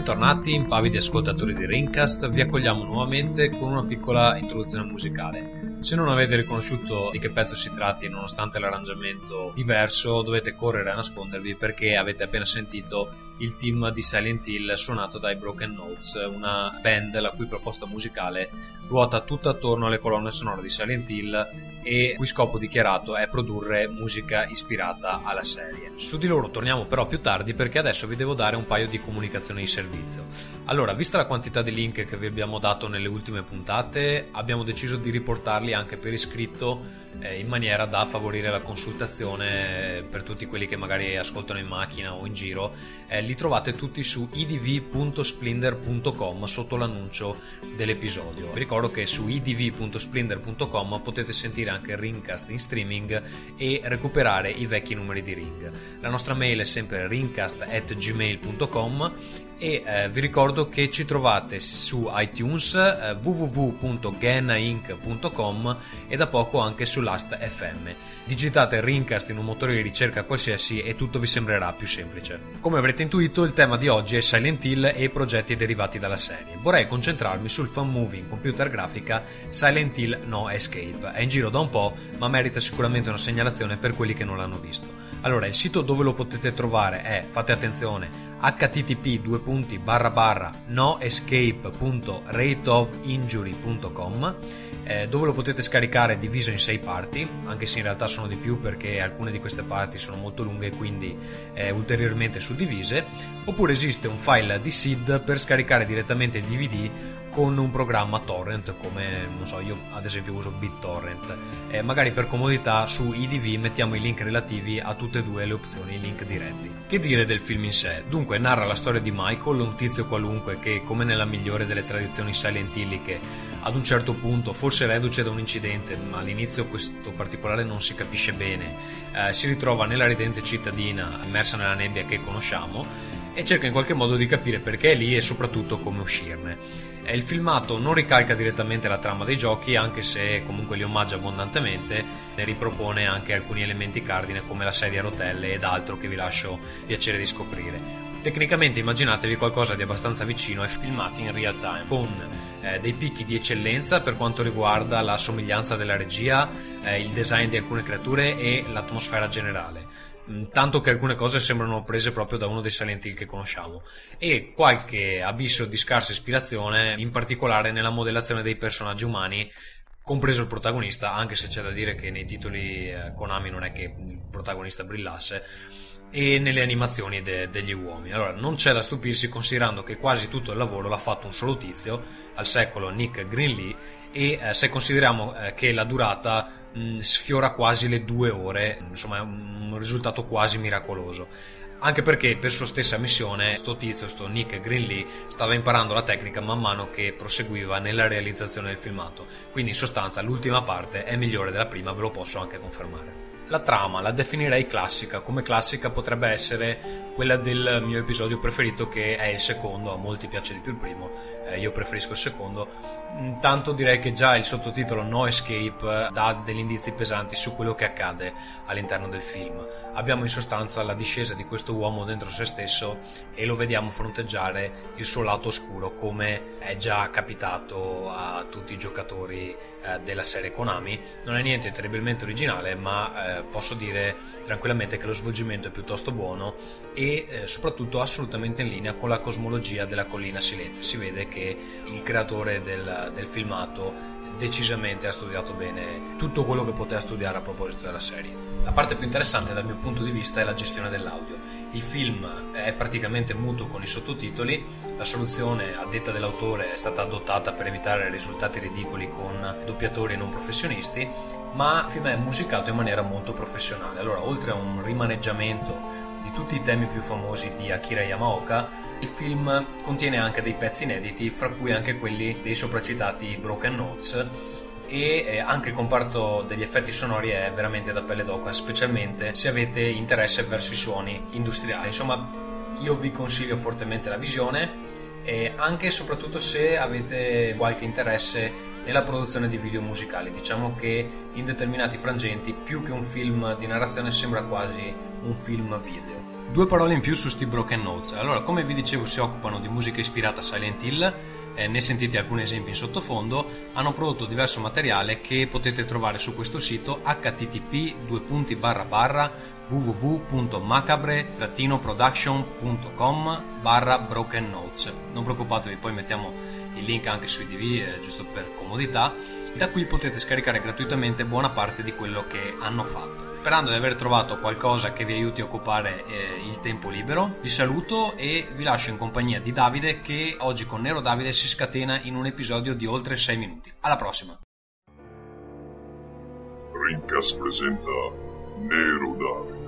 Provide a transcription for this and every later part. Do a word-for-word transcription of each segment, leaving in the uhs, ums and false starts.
bentornati impavidi ascoltatori di Rincast, vi accogliamo nuovamente con una piccola introduzione musicale. Se non avete riconosciuto di che pezzo si tratti nonostante l'arrangiamento diverso, dovete correre a nascondervi perché avete appena sentito il team di Silent Hill suonato dai Broken Notes, una band la cui proposta musicale ruota tutta attorno alle colonne sonore di Silent Hill e cui scopo dichiarato è produrre musica ispirata alla serie. Su di loro torniamo però più tardi perché adesso vi devo dare un paio di comunicazioni di servizio. Allora, vista la quantità di link che vi abbiamo dato nelle ultime puntate, abbiamo deciso di riportarli anche per iscritto eh, in maniera da favorire la consultazione eh, per tutti quelli che magari ascoltano in macchina o in giro. Eh, li trovate tutti su i d v punto splendor punto com sotto l'annuncio dell'episodio. Vi ricordo che su i d v punto splendor punto com potete sentire anche il Ringcast in streaming e recuperare i vecchi numeri di Ring. La nostra mail è sempre ringcast at gmail punto com e eh, vi ricordo che ci trovate su iTunes, eh, w w w punto genainc punto com e da poco anche su Last F M. Digitate Ringcast in un motore di ricerca qualsiasi e tutto vi sembrerà più semplice. Come avrete intuito, il tema di oggi è Silent Hill e i progetti derivati dalla serie. Vorrei concentrarmi sul fan movie in computer grafica Silent Hill No Escape. È in giro da un po', ma merita sicuramente una segnalazione per quelli che non l'hanno visto. Allora, il sito dove lo potete trovare è, fate attenzione, h t t p due punti barra barra noescape punto rateofinjury punto com, eh, dove lo potete scaricare diviso in sei parti, anche se in realtà sono di più perché alcune di queste parti sono molto lunghe e quindi eh, ulteriormente suddivise, oppure esiste un file di S I D per scaricare direttamente il D V D con un programma torrent, come non so, io ad esempio uso BitTorrent. Eh, magari per comodità su I D V mettiamo i link relativi a tutte e due le opzioni, i link diretti. Che dire del film in sé? Dunque narra la storia di Michael, un tizio qualunque che, come nella migliore delle tradizioni Silent Hilliche, ad un certo punto, forse reduce da un incidente, ma all'inizio questo particolare non si capisce bene, eh, si ritrova nella ridente cittadina immersa nella nebbia che conosciamo e cerca in qualche modo di capire perché è lì e soprattutto come uscirne. Il filmato non ricalca direttamente la trama dei giochi, anche se comunque li omaggia abbondantemente, ne ripropone anche alcuni elementi cardine come la sedia a rotelle ed altro che vi lascio piacere di scoprire. Tecnicamente immaginatevi qualcosa di abbastanza vicino ai filmati in real time, con eh, dei picchi di eccellenza per quanto riguarda la somiglianza della regia, eh, il design di alcune creature e l'atmosfera generale. Tanto che alcune cose sembrano prese proprio da uno dei Silent Hill che conosciamo, e qualche abisso di scarsa ispirazione, in particolare nella modellazione dei personaggi umani, compreso il protagonista, anche se c'è da dire che nei titoli eh, Konami non è che il protagonista brillasse, e nelle animazioni de- degli uomini. Allora, non c'è da stupirsi considerando che quasi tutto il lavoro l'ha fatto un solo tizio, al secolo Nick Greenlee, e eh, se consideriamo eh, che la durata mh, sfiora quasi le due ore, insomma è un un risultato quasi miracoloso, anche perché per sua stessa missione sto tizio, sto Nick Greenlee, stava imparando la tecnica man mano che proseguiva nella realizzazione del filmato, quindi in sostanza l'ultima parte è migliore della prima, ve lo posso anche confermare. La trama la definirei classica, come classica potrebbe essere quella del mio episodio preferito, che è il secondo. A molti piace di più il primo, eh, io preferisco il secondo. Tanto direi che già il sottotitolo No Escape dà degli indizi pesanti su quello che accade all'interno del film. Abbiamo in sostanza la discesa di questo uomo dentro se stesso e lo vediamo fronteggiare il suo lato oscuro, come è già capitato a tutti i giocatori eh, della serie Konami. Non è niente terribilmente originale, ma eh, posso dire tranquillamente che lo svolgimento è piuttosto buono e eh, soprattutto assolutamente in linea con la cosmologia della collina silente. Si vede che il creatore del, del filmato decisamente ha studiato bene tutto quello che poteva studiare a proposito della serie. La parte più interessante dal mio punto di vista è la gestione dell'audio. Il film è praticamente muto con i sottotitoli, la soluzione a detta dell'autore è stata adottata per evitare risultati ridicoli con doppiatori non professionisti, ma il film è musicato in maniera molto professionale. Allora, oltre a un rimaneggiamento di tutti i temi più famosi di Akira Yamaoka, il film contiene anche dei pezzi inediti, fra cui anche quelli dei sopracitati Broken Notes, e anche il comparto degli effetti sonori è veramente da pelle d'oca, specialmente se avete interesse verso i suoni industriali. Insomma, io vi consiglio fortemente la visione, e anche e soprattutto se avete qualche interesse nella produzione di video musicali. Diciamo che in determinati frangenti più che un film di narrazione sembra quasi un film video. Due parole in più su sti Broken Notes. Allora, come vi dicevo, si occupano di musica ispirata a Silent Hill, eh, ne sentite alcuni esempi in sottofondo. Hanno prodotto diverso materiale che potete trovare su questo sito h t t p due punti barra barra w w w punto macabre production punto com barra broken notes. Non preoccupatevi, poi mettiamo il link anche sui D V, eh, giusto per comodità. Da qui potete scaricare gratuitamente buona parte di quello che hanno fatto. Sperando di aver trovato qualcosa che vi aiuti a occupare eh, il tempo libero, vi saluto e vi lascio in compagnia di Davide, che oggi con Nero Davide si scatena in un episodio di oltre sei minuti. Alla prossima! Rincast presenta Nero Davide.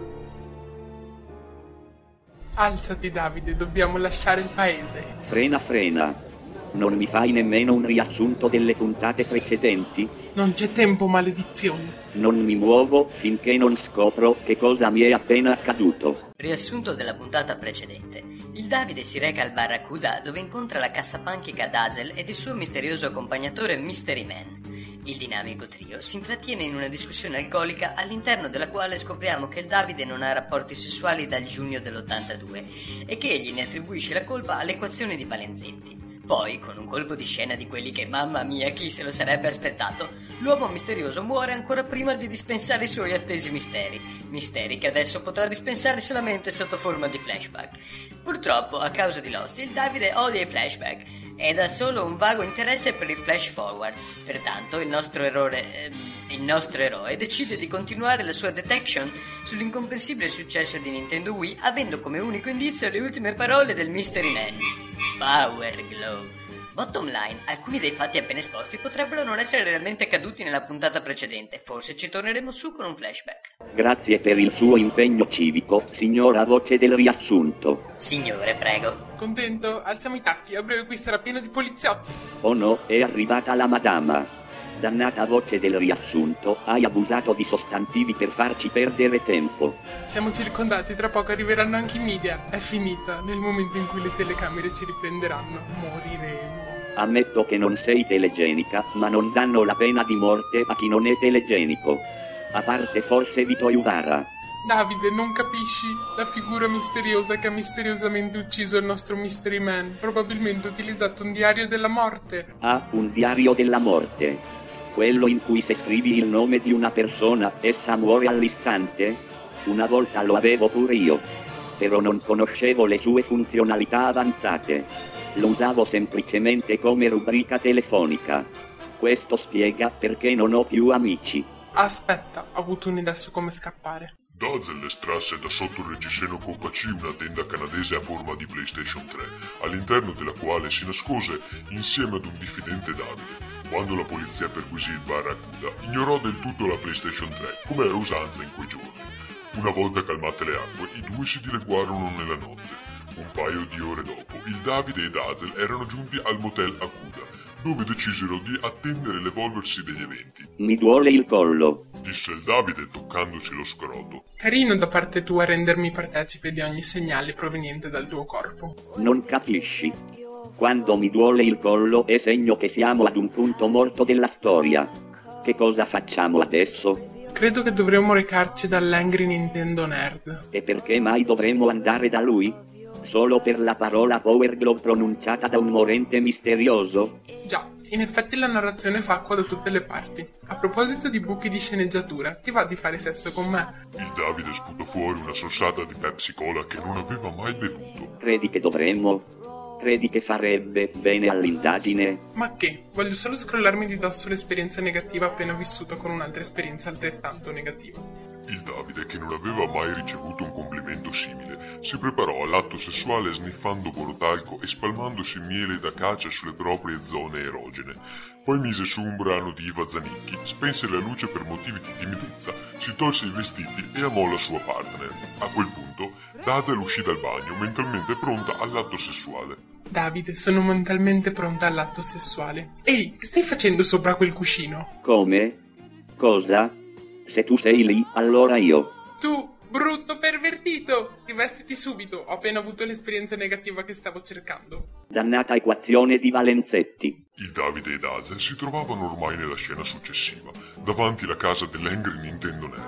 Alzati Davide, dobbiamo lasciare il paese. Frena frena. Non mi fai nemmeno un riassunto delle puntate precedenti? Non c'è tempo, maledizione. Non mi muovo finché non scopro che cosa mi è appena accaduto. Riassunto della puntata precedente. Il Davide si reca al Barracuda, dove incontra la cassapanchica Dazzle ed il suo misterioso accompagnatore Mystery Man. Il dinamico trio si intrattiene in una discussione alcolica all'interno della quale scopriamo che il Davide non ha rapporti sessuali dal giugno dell'ottantadue e che egli ne attribuisce la colpa all'equazione di Valenzetti. Poi, con un colpo di scena di quelli che, mamma mia, chi se lo sarebbe aspettato, l'uomo misterioso muore ancora prima di dispensare i suoi attesi misteri. Misteri che adesso potrà dispensare solamente sotto forma di flashback. Purtroppo, a causa di Lost, il Davide odia i flashback ed ha solo un vago interesse per il flash forward. Pertanto, il nostro errore... Eh, il nostro eroe decide di continuare la sua detection sull'incomprensibile successo di Nintendo Wii, avendo come unico indizio le ultime parole del Mystery Man. Power Glow. Bottom line, alcuni dei fatti appena esposti potrebbero non essere realmente accaduti nella puntata precedente, forse ci torneremo su con un flashback. Grazie per il suo impegno civico, signora voce del riassunto. Signore, prego. Contento? Alziamo i tacchi, a breve qui sarà pieno di poliziotti. Oh no, è arrivata la madama. Dannata voce del riassunto, hai abusato di sostantivi per farci perdere tempo. Siamo circondati, tra poco arriveranno anche i media. È finita, nel momento in cui le telecamere ci riprenderanno, moriremo. Ammetto che non sei telegenica, ma non danno la pena di morte a chi non è telegenico. A parte forse Vito Iuvara. Davide, non capisci? La figura misteriosa che ha misteriosamente ucciso il nostro Mystery Man, probabilmente ha utilizzato un diario della morte. Ah, un diario della morte. Quello in cui se scrivi il nome di una persona, essa muore all'istante? Una volta lo avevo pure io, però non conoscevo le sue funzionalità avanzate. Lo usavo semplicemente come rubrica telefonica. Questo spiega perché non ho più amici. Aspetta, ho avuto un'idea su come scappare. Dazzle estrasse da sotto il reggiseno Coca C una tenda canadese a forma di PlayStation tre, all'interno della quale si nascose insieme ad un diffidente Davide. Quando la polizia perquisì il Barracuda, ignorò del tutto la PlayStation tre, come era usanza in quei giorni. Una volta calmate le acque, i due si dileguarono nella notte. Un paio di ore dopo, il Davide e Dazzle erano giunti al motel Akuda, dove decisero di attendere l'evolversi degli eventi. Mi duole il collo, disse il Davide toccandoci lo scroto. Carino da parte tua rendermi partecipe di ogni segnale proveniente dal tuo corpo. Non capisci. Quando mi duole il collo è segno che siamo ad un punto morto della storia. Che cosa facciamo adesso? Credo che dovremmo recarci dall'Angry Nintendo Nerd. E perché mai dovremmo andare da lui? Solo per la parola Power Glove pronunciata da un morente misterioso? Già, in effetti la narrazione fa acqua da tutte le parti. A proposito di buchi di sceneggiatura, ti va di fare sesso con me? Il Davide sputò fuori una sorsata di Pepsi Cola che non aveva mai bevuto. Credi che dovremmo? Credi che farebbe bene all'indagine? Ma che? Voglio solo scrollarmi di dosso l'esperienza negativa appena vissuta con un'altra esperienza altrettanto negativa. Il Davide, che non aveva mai ricevuto un complimento simile, si preparò all'atto sessuale sniffando borotalco e spalmandosi miele d'acacia sulle proprie zone erogene. Poi mise su un brano di Iva Zanicchi, spense la luce per motivi di timidezza, si tolse i vestiti e amò la sua partner. A quel punto, Dazzle uscì dal bagno, mentalmente pronta all'atto sessuale. Davide, sono mentalmente pronta all'atto sessuale. Ehi, che stai facendo sopra quel cuscino? Come? Cosa? Se tu sei lì, allora io. Tu, brutto pervertito! Rivestiti subito, ho appena avuto l'esperienza negativa che stavo cercando. Dannata equazione di Valenzetti. Il Davide e Dazzle si trovavano ormai nella scena successiva, davanti alla casa dell'Angry Nintendo Nerd.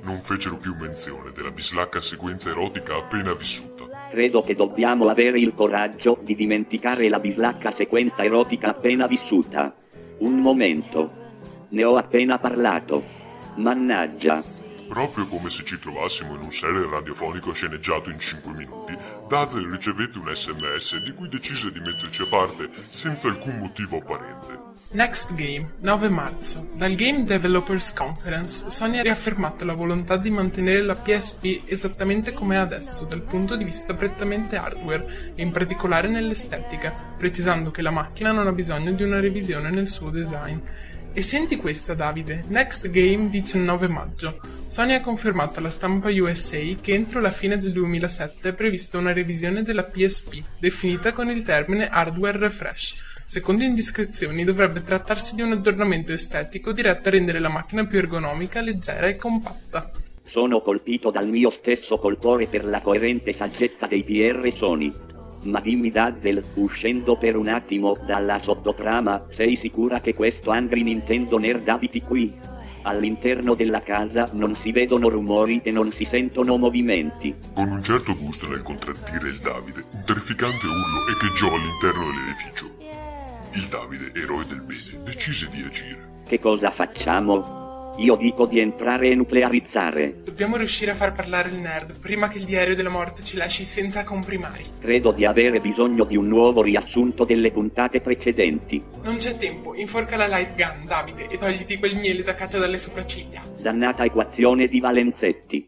non fecero più menzione della bislacca sequenza erotica appena vissuta. Credo che dobbiamo avere il coraggio di dimenticare la bislacca sequenza erotica appena vissuta. Un momento. Ne ho appena parlato. Mannaggia. Proprio come se ci trovassimo in un serial radiofonico sceneggiato in cinque minuti, Dazzle ricevette un sms di cui decise di metterci a parte senza alcun motivo apparente. Next Game, nove marzo. Dal Game Developers Conference, Sony ha riaffermato la volontà di mantenere la P S P esattamente come è adesso dal punto di vista prettamente hardware e in particolare nell'estetica, precisando che la macchina non ha bisogno di una revisione nel suo design. E senti questa, Davide, Next Game diciannove maggio. Sony ha confermato alla stampa U S A che entro la fine del duemilasette è prevista una revisione della P S P, definita con il termine hardware refresh. Secondo indiscrezioni dovrebbe trattarsi di un aggiornamento estetico diretto a rendere la macchina più ergonomica, leggera e compatta. Sono colpito dal mio stesso colpore per la coerente saggezza dei P R Sony. Ma dimmi Dazzle, uscendo per un attimo dalla sottotrama, sei sicura che questo Angry Nintendo Nerd abiti qui? All'interno della casa non si vedono rumori e non si sentono movimenti. Con un certo gusto nel contraddire il Davide, un terrificante urlo echeggiò all'interno dell'edificio. Il Davide, eroe del bene, decise di agire. Che cosa facciamo? Io dico di entrare e nuclearizzare. Dobbiamo riuscire a far parlare il nerd prima che il diario della morte ci lasci senza comprimari. Credo di avere bisogno di un nuovo riassunto delle puntate precedenti. Non c'è tempo, inforca la light gun, Davide, e togliti quel miele da caccia dalle sopracciglia. Dannata equazione di Valenzetti.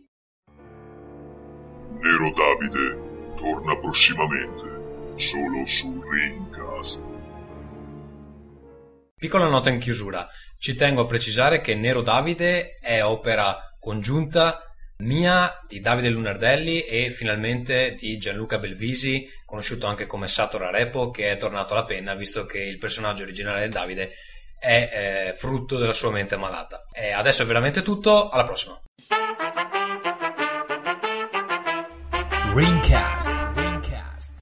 Nero Davide torna prossimamente, solo su Rincast. Piccola nota in chiusura, ci tengo a precisare che Nero Davide è opera congiunta mia, di Davide Lunardelli e finalmente di Gianluca Belvisi, conosciuto anche come Satora Repo, che è tornato alla penna visto che il personaggio originale del Davide è eh, frutto della sua mente malata. E adesso è veramente tutto, alla prossima. Ringcast.